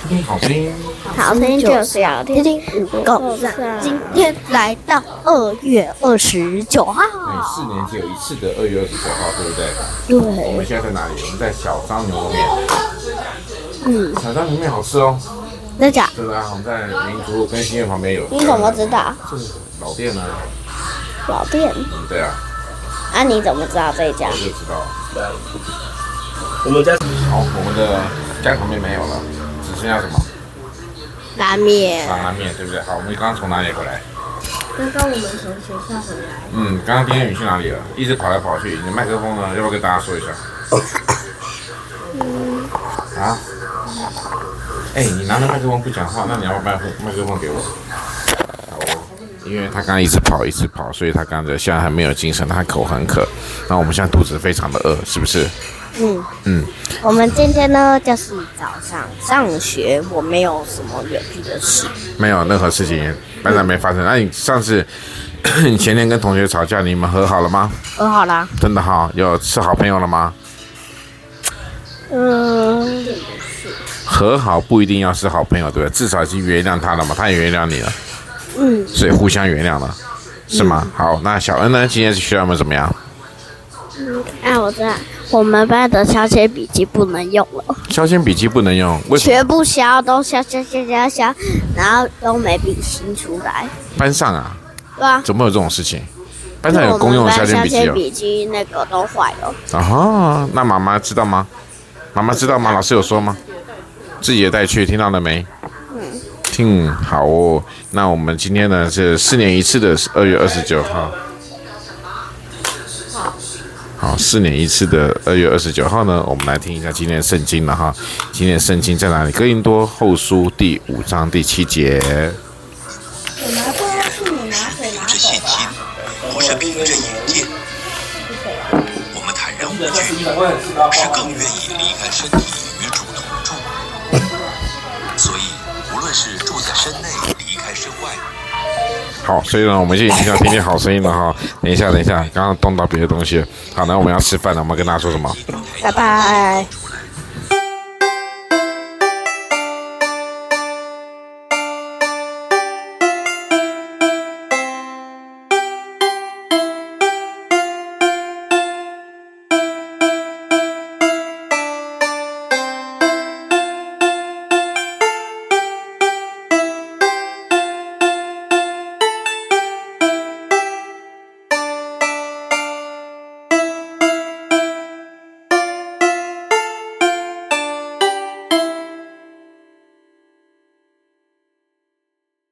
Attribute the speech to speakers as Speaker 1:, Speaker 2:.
Speaker 1: 听好声音，
Speaker 2: 好声音就是要听听5够赞。今天来到2月29号，
Speaker 1: 每4年只有一次的2月29号，对不对？
Speaker 2: 对。
Speaker 1: 我们现在在哪里？我们在小张牛肉面。小张牛肉面好吃哦。
Speaker 2: 真的假？
Speaker 1: 对啊，我们在民族路跟新苑旁边有。
Speaker 2: 你怎么知道？
Speaker 1: 就是老店啊。
Speaker 2: 老店。
Speaker 1: 对啊。
Speaker 2: 啊，你怎么知道这一家？
Speaker 1: 我就知道。
Speaker 3: 我们家
Speaker 1: 好，我们的家旁边没有了，只剩下什么？
Speaker 2: 拉面。
Speaker 1: 拉面，对不对？好，我们刚刚从哪里回来？
Speaker 2: 刚刚我们从学校回来。
Speaker 1: 刚刚丁彦宇去哪里了？一直跑来跑去。你的麦克风呢？要不要跟大家说一下？啊？你拿着麦克风不讲话，那你要把麦克风给我。好哦，因为他刚刚一直跑，所以他刚刚现在还没有精神，他口很渴。那我们现在肚子非常的饿，是不是？
Speaker 2: 我们今天呢，就是早上上学，我没有什么有趣的事，
Speaker 1: 没有任何事情，班上没发生。那你上次你前天跟同学吵架，你们和好了吗？
Speaker 2: 和好啦。
Speaker 1: 真的好，是好朋友了吗？和好不一定要是好朋友，对不对？至少已经原谅他了嘛，他也原谅你了。所以互相原谅了，是吗？好，那小恩呢？今天学校有没有怎么样？
Speaker 2: 我知道，我们班的削铅笔记不能用了。
Speaker 1: 削铅笔记不能用，为什么？
Speaker 2: 全部削，都削，然后都没笔芯出来。
Speaker 1: 班上啊？
Speaker 2: 对啊。
Speaker 1: 怎么有这种事情？班上有公用的削铅笔机哦。
Speaker 2: 削铅笔机那个都坏了。
Speaker 1: 那妈妈知道吗？老师有说吗？自己也带去，听到了没？好哦。那我们今天呢是4年一次的2月29号。好，4年一次的2月29号呢，我们来听一下今天的圣经了哈。今天的圣经在哪里？哥林多后书第5章第7节。
Speaker 4: 是凭着信心，不是凭着眼见。我们坦然无惧，是更愿意离开身体与主同住。所以，无论是住在身内，离开身外。
Speaker 1: 好，所以呢，我们现在要听听好声音了哈。等一下，刚刚动到别的东西了。好，那我们要吃饭了，我们跟大家说什么？
Speaker 2: 拜拜。